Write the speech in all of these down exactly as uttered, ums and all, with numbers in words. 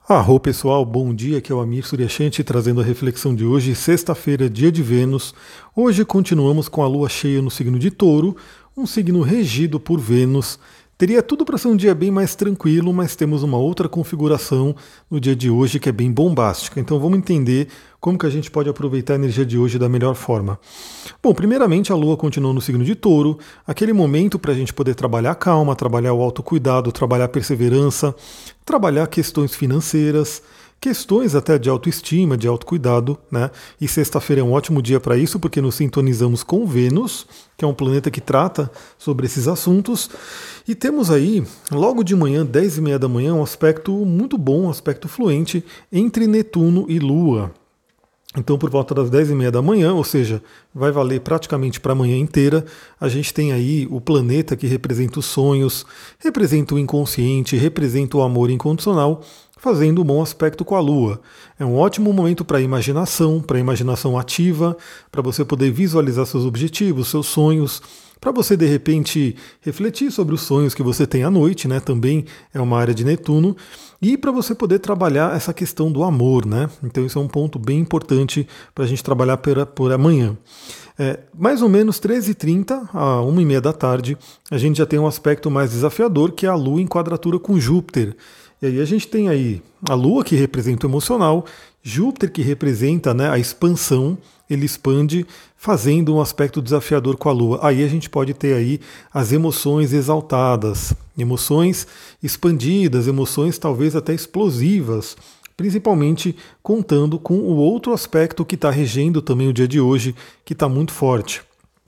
Arro pessoal, bom dia, aqui é o Amir Suryashanti trazendo a reflexão de hoje, sexta-feira, dia de Vênus. Hoje continuamos com a lua cheia no signo de Touro, um signo regido por Vênus. Teria tudo para ser um dia bem mais tranquilo, mas temos uma outra configuração no dia de hoje que é bem bombástica. Então vamos entender como que a gente pode aproveitar a energia de hoje da melhor forma. Bom, primeiramente a lua continua no signo de Touro, aquele momento para a gente poder trabalhar a calma, trabalhar o autocuidado, trabalhar a perseverança, trabalhar questões financeiras, questões até de autoestima, de autocuidado, né? E sexta-feira é um ótimo dia para isso, porque nos sintonizamos com Vênus, que é um planeta que trata sobre esses assuntos. E temos aí, logo de manhã, dez e meia da manhã, um aspecto muito bom, um aspecto fluente entre Netuno e Lua. Então, por volta das dez e meia da manhã, ou seja, vai valer praticamente para a manhã inteira, a gente tem aí o planeta que representa os sonhos, representa o inconsciente, representa o amor incondicional, fazendo um bom aspecto com a Lua. É um ótimo momento para a imaginação, para a imaginação ativa, para você poder visualizar seus objetivos, seus sonhos, para você de repente refletir sobre os sonhos que você tem à noite, né? Também é uma área de Netuno, e para você poder trabalhar essa questão do amor, né? Então isso é um ponto bem importante para a gente trabalhar por, por amanhã. É, mais ou menos treze e trinta a uma e meia da tarde, a gente já tem um aspecto mais desafiador, que é a Lua em quadratura com Júpiter. E aí a gente tem aí a Lua, que representa o emocional, Júpiter, que representa, né, a expansão, ele expande, fazendo um aspecto desafiador com a Lua. Aí a gente pode ter aí as emoções exaltadas, emoções expandidas, emoções talvez até explosivas, principalmente contando com o outro aspecto que está regendo também o dia de hoje, que está muito forte.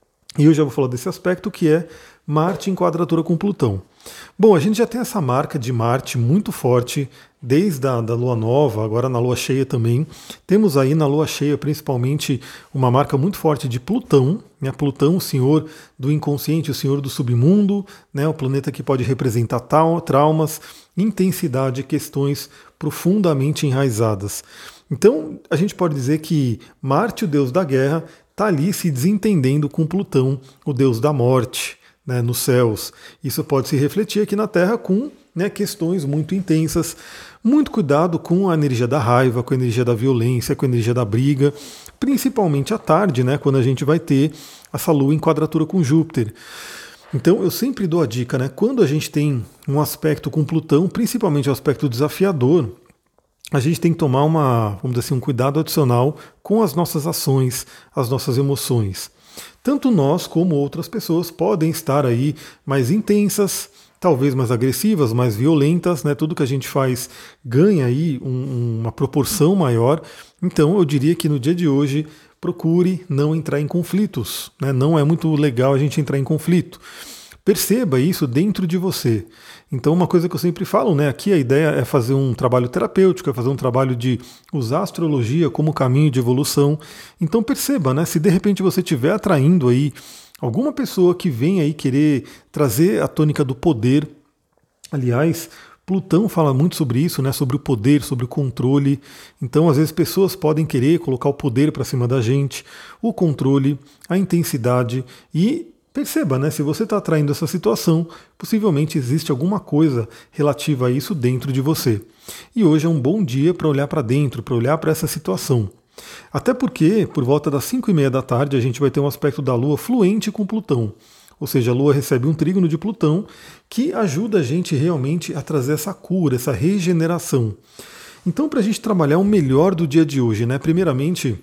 E eu já vou falar desse aspecto, que é Marte em quadratura com Plutão. Bom, a gente já tem essa marca de Marte muito forte desde a da Lua Nova, agora na Lua Cheia também. Temos aí na Lua Cheia principalmente uma marca muito forte de Plutão, né? Plutão, o senhor do inconsciente, o senhor do submundo, né? O planeta que pode representar traumas, intensidade, questões profundamente enraizadas. Então, a gente pode dizer que Marte, o deus da guerra, está ali se desentendendo com Plutão, o deus da morte, né, nos céus. Isso pode se refletir aqui na Terra com, né, questões muito intensas. Muito cuidado com a energia da raiva, com a energia da violência, com a energia da briga, principalmente à tarde, né, quando a gente vai ter essa Lua em quadratura com Júpiter. Então eu sempre dou a dica, né, quando a gente tem um aspecto com Plutão, principalmente um aspecto desafiador, a gente tem que tomar uma, vamos dizer assim, um cuidado adicional com as nossas ações, as nossas emoções. Tanto nós como outras pessoas podem estar aí mais intensas, talvez mais agressivas, mais violentas, né? Tudo que a gente faz ganha aí um, uma proporção maior. Então eu diria que no dia de hoje procure não entrar em conflitos, né? Não é muito legal a gente entrar em conflito. Perceba isso dentro de você. Então, uma coisa que eu sempre falo, né? Aqui a ideia é fazer um trabalho terapêutico, é fazer um trabalho de usar a astrologia como caminho de evolução. Então perceba, né? Se de repente você estiver atraindo aí alguma pessoa que vem aí querer trazer a tônica do poder. Aliás, Plutão fala muito sobre isso, né? Sobre o poder, sobre o controle. Então, às vezes, pessoas podem querer colocar o poder para cima da gente, o controle, a intensidade e perceba, né? Se você está atraindo essa situação, possivelmente existe alguma coisa relativa a isso dentro de você. E hoje é um bom dia para olhar para dentro, para olhar para essa situação. Até porque, por volta das cinco e meia da tarde, a gente vai ter um aspecto da Lua fluente com Plutão. Ou seja, a Lua recebe um trígono de Plutão que ajuda a gente realmente a trazer essa cura, essa regeneração. Então, para a gente trabalhar o melhor do dia de hoje, né? Primeiramente,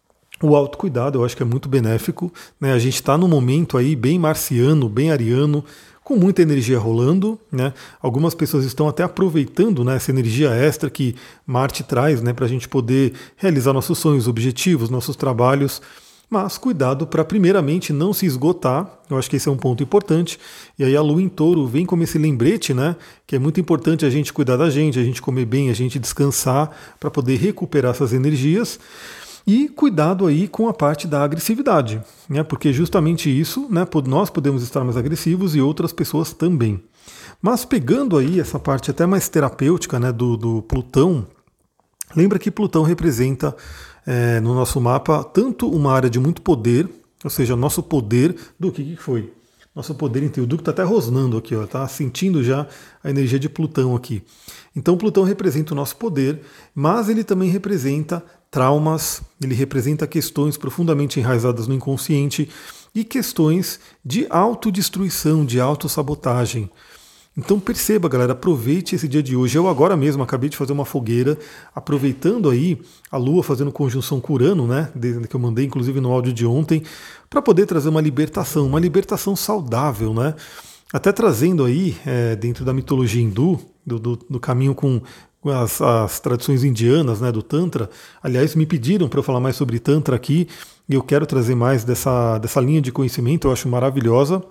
o autocuidado eu acho que é muito benéfico, né? A gente está num momento aí bem marciano, bem ariano, com muita energia rolando, né? Algumas pessoas estão até aproveitando, né, essa energia extra que Marte traz, né, para a gente poder realizar nossos sonhos, objetivos, nossos trabalhos. Mas cuidado para primeiramente não se esgotar, eu acho que esse é um ponto importante. E aí a Lua em Touro vem como esse lembrete, né, que é muito importante a gente cuidar da gente, a gente comer bem, a gente descansar para poder recuperar essas energias. E cuidado aí com a parte da agressividade, né? Porque justamente isso, né, nós podemos estar mais agressivos e outras pessoas também. Mas pegando aí essa parte até mais terapêutica, né, do, do Plutão, lembra que Plutão representa é, no nosso mapa tanto uma área de muito poder, ou seja, nosso poder do que, que foi? nosso poder interior. O Duque está até rosnando aqui, está sentindo já a energia de Plutão aqui. Então Plutão representa o nosso poder, mas ele também representa traumas, ele representa questões profundamente enraizadas no inconsciente e questões de autodestruição, de autossabotagem. Então perceba, galera, aproveite esse dia de hoje. Eu agora mesmo acabei de fazer uma fogueira, aproveitando aí a Lua fazendo conjunção com Urano, né, que eu mandei inclusive no áudio de ontem, para poder trazer uma libertação, uma libertação saudável, né? Até trazendo aí, é, dentro da mitologia hindu, do, do, do caminho com as, as tradições indianas, né, do Tantra. Aliás, me pediram para eu falar mais sobre Tantra aqui, e eu quero trazer mais dessa, dessa linha de conhecimento, eu acho maravilhosa.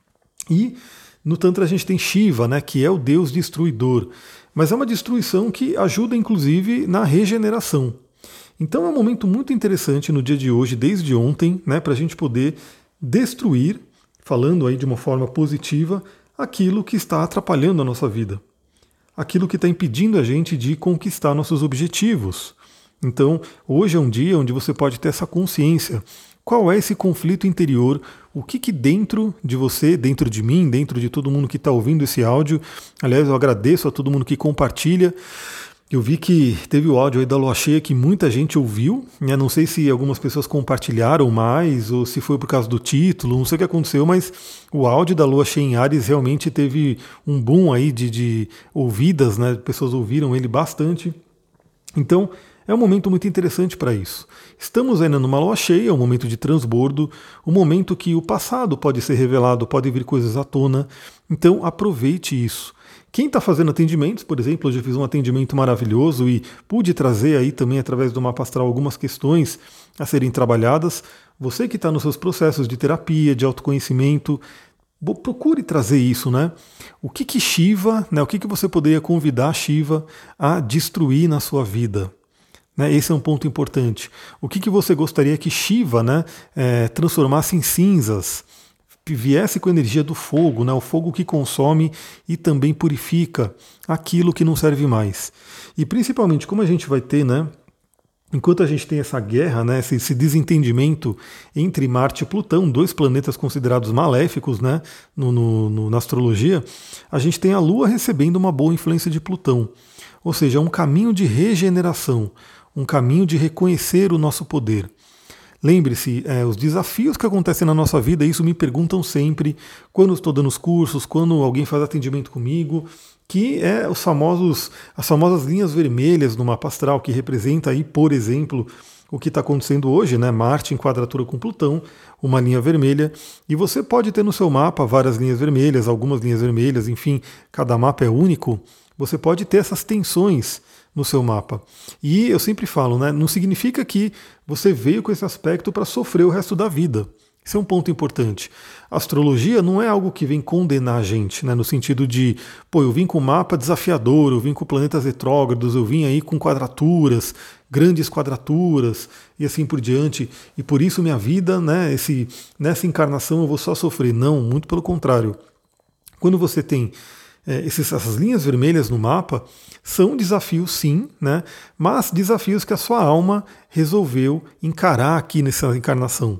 E no Tantra a gente tem Shiva, né, que é o deus destruidor, mas é uma destruição que ajuda inclusive na regeneração. Então é um momento muito interessante no dia de hoje, desde ontem, né, para a gente poder destruir, falando aí de uma forma positiva, aquilo que está atrapalhando a nossa vida, aquilo que está impedindo a gente de conquistar nossos objetivos. Então hoje é um dia onde você pode ter essa consciência. Qual é esse conflito interior? O que que dentro de você, dentro de mim, dentro de todo mundo que está ouvindo esse áudio, aliás, eu agradeço a todo mundo que compartilha. Eu vi que teve o áudio aí da Lua Cheia que muita gente ouviu, né? Não sei se algumas pessoas compartilharam mais ou se foi por causa do título, não sei o que aconteceu, mas o áudio da Lua Cheia em Áries realmente teve um boom aí de, de ouvidas, né? Pessoas ouviram ele bastante. Então, é um momento muito interessante para isso. Estamos ainda numa lua cheia, um momento de transbordo, um momento que o passado pode ser revelado, podem vir coisas à tona. Então aproveite isso. Quem está fazendo atendimentos, por exemplo, hoje eu fiz um atendimento maravilhoso e pude trazer aí também através do mapa astral algumas questões a serem trabalhadas. Você que está nos seus processos de terapia, de autoconhecimento, procure trazer isso, né? O que que Shiva, né, o que que você poderia convidar Shiva a destruir na sua vida? Né, esse é um ponto importante. O que, que você gostaria que Shiva, né, é, transformasse em cinzas, viesse com a energia do fogo, né, o fogo que consome e também purifica aquilo que não serve mais. E principalmente como a gente vai ter, né, enquanto a gente tem essa guerra, né, esse, esse desentendimento entre Marte e Plutão, dois planetas considerados maléficos, né, no, no, no, na astrologia, a gente tem a Lua recebendo uma boa influência de Plutão. Ou seja, é um caminho de regeneração, um caminho de reconhecer o nosso poder. Lembre-se, é, os desafios que acontecem na nossa vida, isso me perguntam sempre, quando estou dando os cursos, quando alguém faz atendimento comigo, que é os famosos, as famosas linhas vermelhas no mapa astral, que representa aí, por exemplo, o que está acontecendo hoje, né? Marte em quadratura com Plutão, uma linha vermelha, e você pode ter no seu mapa várias linhas vermelhas, algumas linhas vermelhas, enfim, cada mapa é único, você pode ter essas tensões no seu mapa. E eu sempre falo, né, não significa que você veio com esse aspecto para sofrer o resto da vida. Esse é um ponto importante. A astrologia não é algo que vem condenar a gente, né, no sentido de, pô, eu vim com mapa desafiador, eu vim com planetas retrógrados, eu vim aí com quadraturas, grandes quadraturas e assim por diante, e por isso minha vida, né, esse, nessa encarnação eu vou só sofrer. Não, muito pelo contrário. Quando você tem É, esses, essas linhas vermelhas no mapa são desafios sim, né? Mas desafios que a sua alma resolveu encarar aqui nessa encarnação.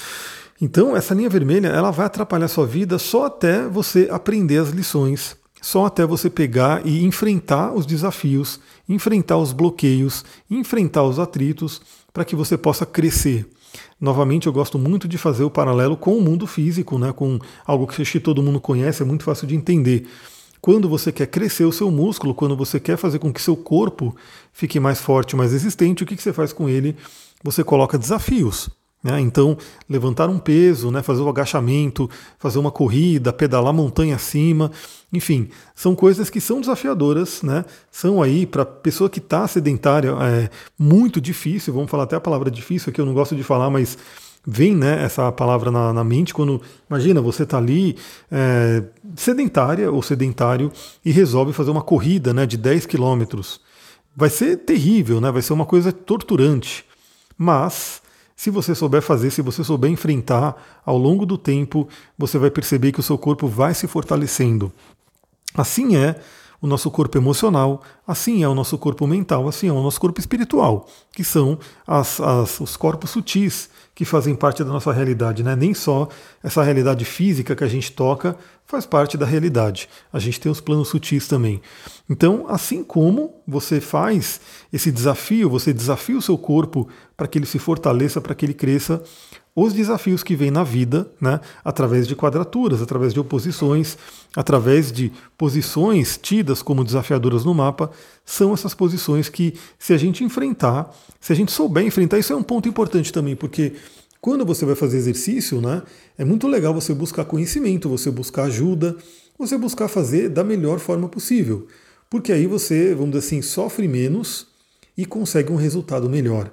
Então essa linha vermelha ela vai atrapalhar a sua vida só até você aprender as lições, só até você pegar e enfrentar os desafios, enfrentar os bloqueios, enfrentar os atritos para que você possa crescer. Novamente, eu gosto muito de fazer o paralelo com o mundo físico, né? Com algo que acho que todo mundo conhece, é muito fácil de entender. Quando você quer crescer o seu músculo, quando você quer fazer com que seu corpo fique mais forte, mais resistente, o que você faz com ele? Você coloca desafios. Né? Então, levantar um peso, né? Fazer o agachamento, fazer uma corrida, pedalar montanha acima, enfim, são coisas que são desafiadoras, né? São aí, para a pessoa que está sedentária, é muito difícil, vamos falar até a palavra difícil aqui, eu não gosto de falar, mas vem, né, essa palavra na, na mente quando, imagina, você está ali é, sedentária ou sedentário e resolve fazer uma corrida, né, de dez quilômetros. Vai ser terrível, né, vai ser uma coisa torturante. Mas, se você souber fazer, se você souber enfrentar, ao longo do tempo, você vai perceber que o seu corpo vai se fortalecendo. Assim é o nosso corpo emocional, assim é o nosso corpo mental, assim é o nosso corpo espiritual, que são as, as, os corpos sutis que fazem parte da nossa realidade, né? Nem só essa realidade física que a gente toca faz parte da realidade. A gente tem os planos sutis também. Então, assim como você faz esse desafio, você desafia o seu corpo para que ele se fortaleça, para que ele cresça, os desafios que vêm na vida, né, através de quadraturas, através de oposições, através de posições tidas como desafiadoras no mapa, são essas posições que, se a gente enfrentar, se a gente souber enfrentar, isso é um ponto importante também, porque quando você vai fazer exercício, né, é muito legal você buscar conhecimento, você buscar ajuda, você buscar fazer da melhor forma possível, porque aí você, vamos dizer assim, sofre menos e consegue um resultado melhor.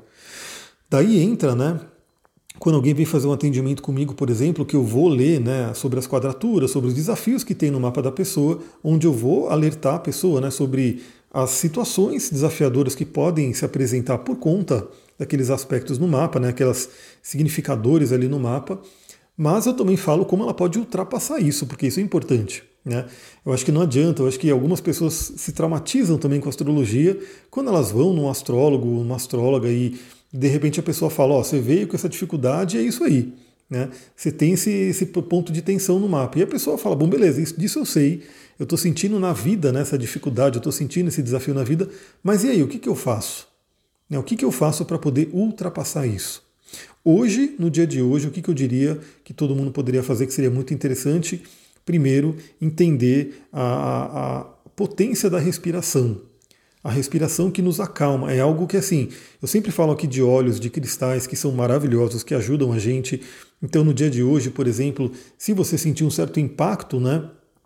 Daí entra, né, quando alguém vem fazer um atendimento comigo, por exemplo, que eu vou ler, né, sobre as quadraturas, sobre os desafios que tem no mapa da pessoa, onde eu vou alertar a pessoa, né, sobre as situações desafiadoras que podem se apresentar por conta daqueles aspectos no mapa, né, aquelas significadores ali no mapa, mas eu também falo como ela pode ultrapassar isso, porque isso é importante. Né? Eu acho que não adianta, eu acho que algumas pessoas se traumatizam também com a astrologia quando elas vão num astrólogo, uma astróloga e de repente a pessoa fala, ó, você veio com essa dificuldade, é isso aí. Né? Você tem esse, esse ponto de tensão no mapa. E a pessoa fala, bom, beleza, isso, disso eu sei, eu estou sentindo na vida, né, essa dificuldade, eu estou sentindo esse desafio na vida, mas e aí, o que, que eu faço? Né, o que, que eu faço para poder ultrapassar isso? Hoje, no dia de hoje, o que, que eu diria que todo mundo poderia fazer que seria muito interessante? Primeiro, entender a, a, a potência da respiração. A respiração que nos acalma. É algo que, assim, eu sempre falo aqui de óleos, de cristais que são maravilhosos, que ajudam a gente. Então, no dia de hoje, por exemplo, se você sentir um certo impacto, né,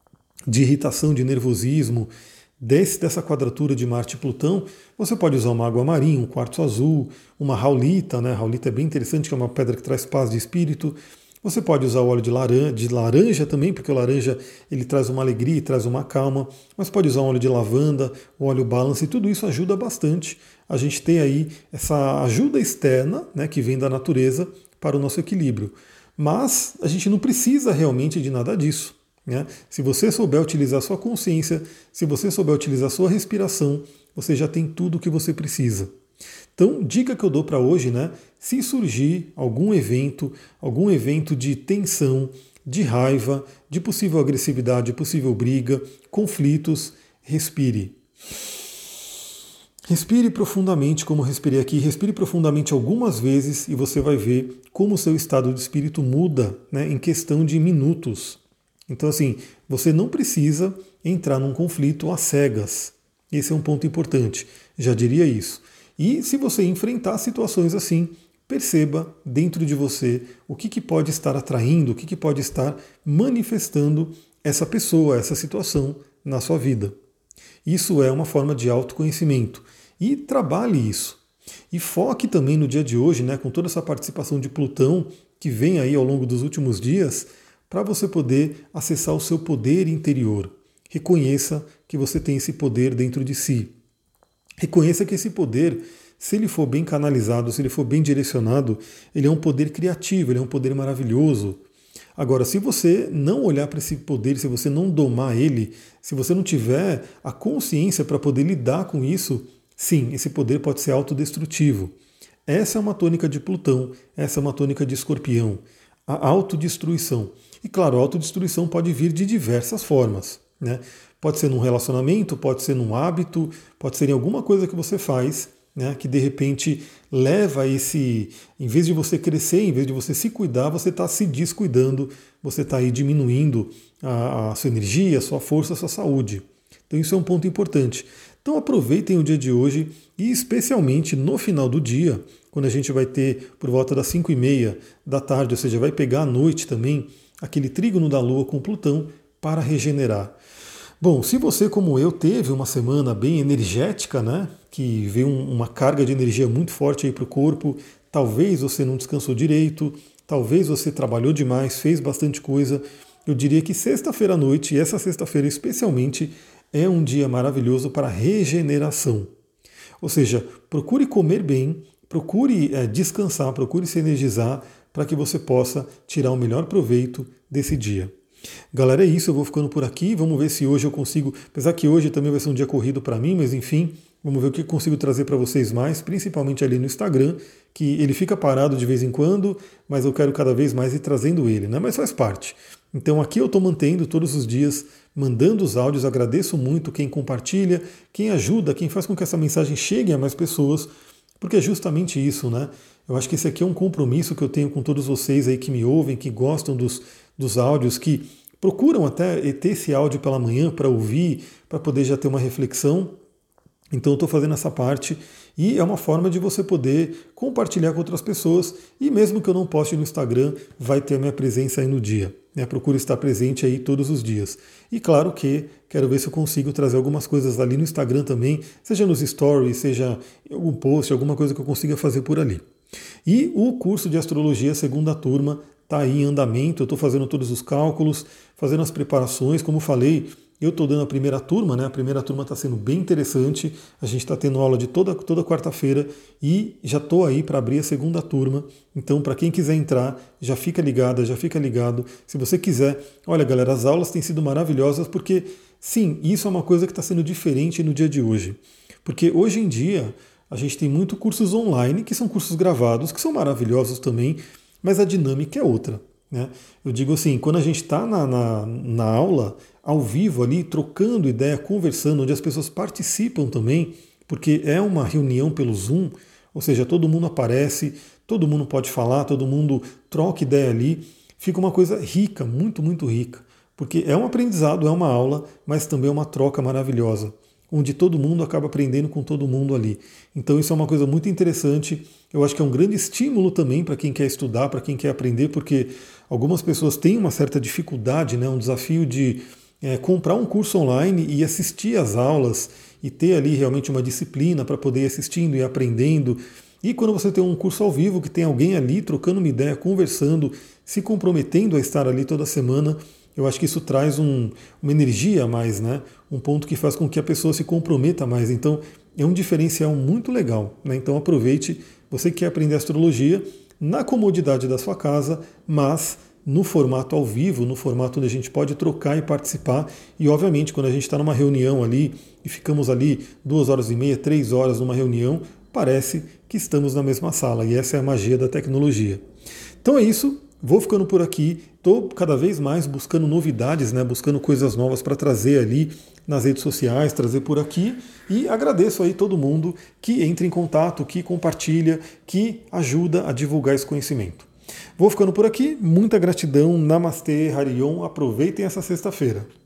de irritação, de nervosismo, desse, dessa quadratura de Marte e Plutão, você pode usar uma água marinha, um quartzo azul, uma raulita, né? A raulita é bem interessante, que é uma pedra que traz paz de espírito. Você pode usar o óleo de laranja, de laranja também, porque o laranja ele traz uma alegria e traz uma calma, mas pode usar um óleo de lavanda, o óleo balance, e tudo isso ajuda bastante. A gente tem aí essa ajuda externa, né, que vem da natureza para o nosso equilíbrio. Mas a gente não precisa realmente de nada disso. Né? Se você souber utilizar sua consciência, se você souber utilizar sua respiração, você já tem tudo o que você precisa. Então, dica que eu dou para hoje, né? Se surgir algum evento, algum evento de tensão, de raiva, de possível agressividade, possível briga, conflitos, respire. Respire profundamente, como respirei aqui, respire profundamente algumas vezes e você vai ver como o seu estado de espírito muda, né, em questão de minutos. Então, assim, você não precisa entrar num conflito às cegas. Esse é um ponto importante. Já diria isso. E se você enfrentar situações assim, perceba dentro de você o que, que pode estar atraindo, o que, que pode estar manifestando essa pessoa, essa situação na sua vida. Isso é uma forma de autoconhecimento. E trabalhe isso. E foque também no dia de hoje, né, com toda essa participação de Plutão que vem aí ao longo dos últimos dias, para você poder acessar o seu poder interior. Reconheça que você tem esse poder dentro de si. Reconheça que esse poder, se ele for bem canalizado, se ele for bem direcionado, ele é um poder criativo, ele é um poder maravilhoso. Agora, se você não olhar para esse poder, se você não domar ele, se você não tiver a consciência para poder lidar com isso, sim, esse poder pode ser autodestrutivo. Essa é uma tônica de Plutão, essa é uma tônica de Escorpião, a autodestruição. E claro, a autodestruição pode vir de diversas formas, né? Pode ser num relacionamento, pode ser num hábito, pode ser em alguma coisa que você faz, né, que de repente leva a esse, em vez de você crescer, em vez de você se cuidar, você está se descuidando, você está aí diminuindo a, a sua energia, a sua força, a sua saúde. Então isso é um ponto importante. Então aproveitem o dia de hoje e especialmente no final do dia, quando a gente vai ter por volta das cinco e meia da tarde, ou seja, vai pegar à noite também, aquele trígono da Lua com Plutão para regenerar. Bom, se você, como eu, teve uma semana bem energética, né, que veio uma carga de energia muito forte aí para o corpo, talvez você não descansou direito, talvez você trabalhou demais, fez bastante coisa, eu diria que sexta-feira à noite, e essa sexta-feira especialmente, é um dia maravilhoso para regeneração. Ou seja, procure comer bem, procure é, descansar, procure se energizar para que você possa tirar o melhor proveito desse dia. Galera, é isso, eu vou ficando por aqui. Vamos ver se hoje eu consigo, apesar que hoje também vai ser um dia corrido para mim, mas enfim, vamos ver o que eu consigo trazer para vocês mais, principalmente ali no Instagram, que ele fica parado de vez em quando, mas eu quero cada vez mais ir trazendo ele, né? Mas faz parte. Então aqui eu estou mantendo todos os dias, mandando os áudios, agradeço muito quem compartilha, quem ajuda, quem faz com que essa mensagem chegue a mais pessoas, porque é justamente isso, né? Eu acho que esse aqui é um compromisso que eu tenho com todos vocês aí que me ouvem, que gostam dos, dos áudios, que procuram até ter esse áudio pela manhã para ouvir, para poder já ter uma reflexão. Então eu estou fazendo essa parte e é uma forma de você poder compartilhar com outras pessoas e mesmo que eu não poste no Instagram, vai ter a minha presença aí no dia. Né? Procuro estar presente aí todos os dias. E claro que quero ver se eu consigo trazer algumas coisas ali no Instagram também, seja nos stories, seja em algum post, alguma coisa que eu consiga fazer por ali. E o curso de astrologia segunda turma está aí em andamento, eu estou fazendo todos os cálculos, fazendo as preparações, como falei, eu estou dando a primeira turma, né? A primeira turma está sendo bem interessante, a gente está tendo aula de toda, toda quarta-feira e já estou aí para abrir a segunda turma, então para quem quiser entrar, já fica ligada, já fica ligado, se você quiser, olha galera, as aulas têm sido maravilhosas porque, sim, isso é uma coisa que está sendo diferente no dia de hoje, porque hoje em dia a gente tem muito cursos online, que são cursos gravados, que são maravilhosos também, mas a dinâmica é outra. Né? Eu digo assim, quando a gente está na, na, na aula, ao vivo ali, trocando ideia, conversando, onde as pessoas participam também, porque é uma reunião pelo Zoom, ou seja, todo mundo aparece, todo mundo pode falar, todo mundo troca ideia ali, fica uma coisa rica, muito, muito rica. Porque é um aprendizado, é uma aula, mas também é uma troca maravilhosa, onde todo mundo acaba aprendendo com todo mundo ali. Então isso é uma coisa muito interessante, eu acho que é um grande estímulo também para quem quer estudar, para quem quer aprender, porque algumas pessoas têm uma certa dificuldade, né, um desafio de é, comprar um curso online e assistir às aulas e ter ali realmente uma disciplina para poder ir assistindo e aprendendo. E quando você tem um curso ao vivo, que tem alguém ali trocando uma ideia, conversando, se comprometendo a estar ali toda semana, eu acho que isso traz um, uma energia a mais, né? Um ponto que faz com que a pessoa se comprometa mais. Então, é um diferencial muito legal. Né? Então, aproveite, você que quer aprender astrologia, na comodidade da sua casa, mas no formato ao vivo, no formato onde a gente pode trocar e participar. E, obviamente, quando a gente está numa reunião ali e ficamos ali duas horas e meia, três horas numa reunião, parece que estamos na mesma sala. E essa é a magia da tecnologia. Então é isso. Vou ficando por aqui, estou cada vez mais buscando novidades, né, buscando coisas novas para trazer ali nas redes sociais, trazer por aqui e agradeço aí todo mundo que entra em contato, que compartilha, que ajuda a divulgar esse conhecimento. Vou ficando por aqui, muita gratidão, Namastê, Harion, aproveitem essa sexta-feira.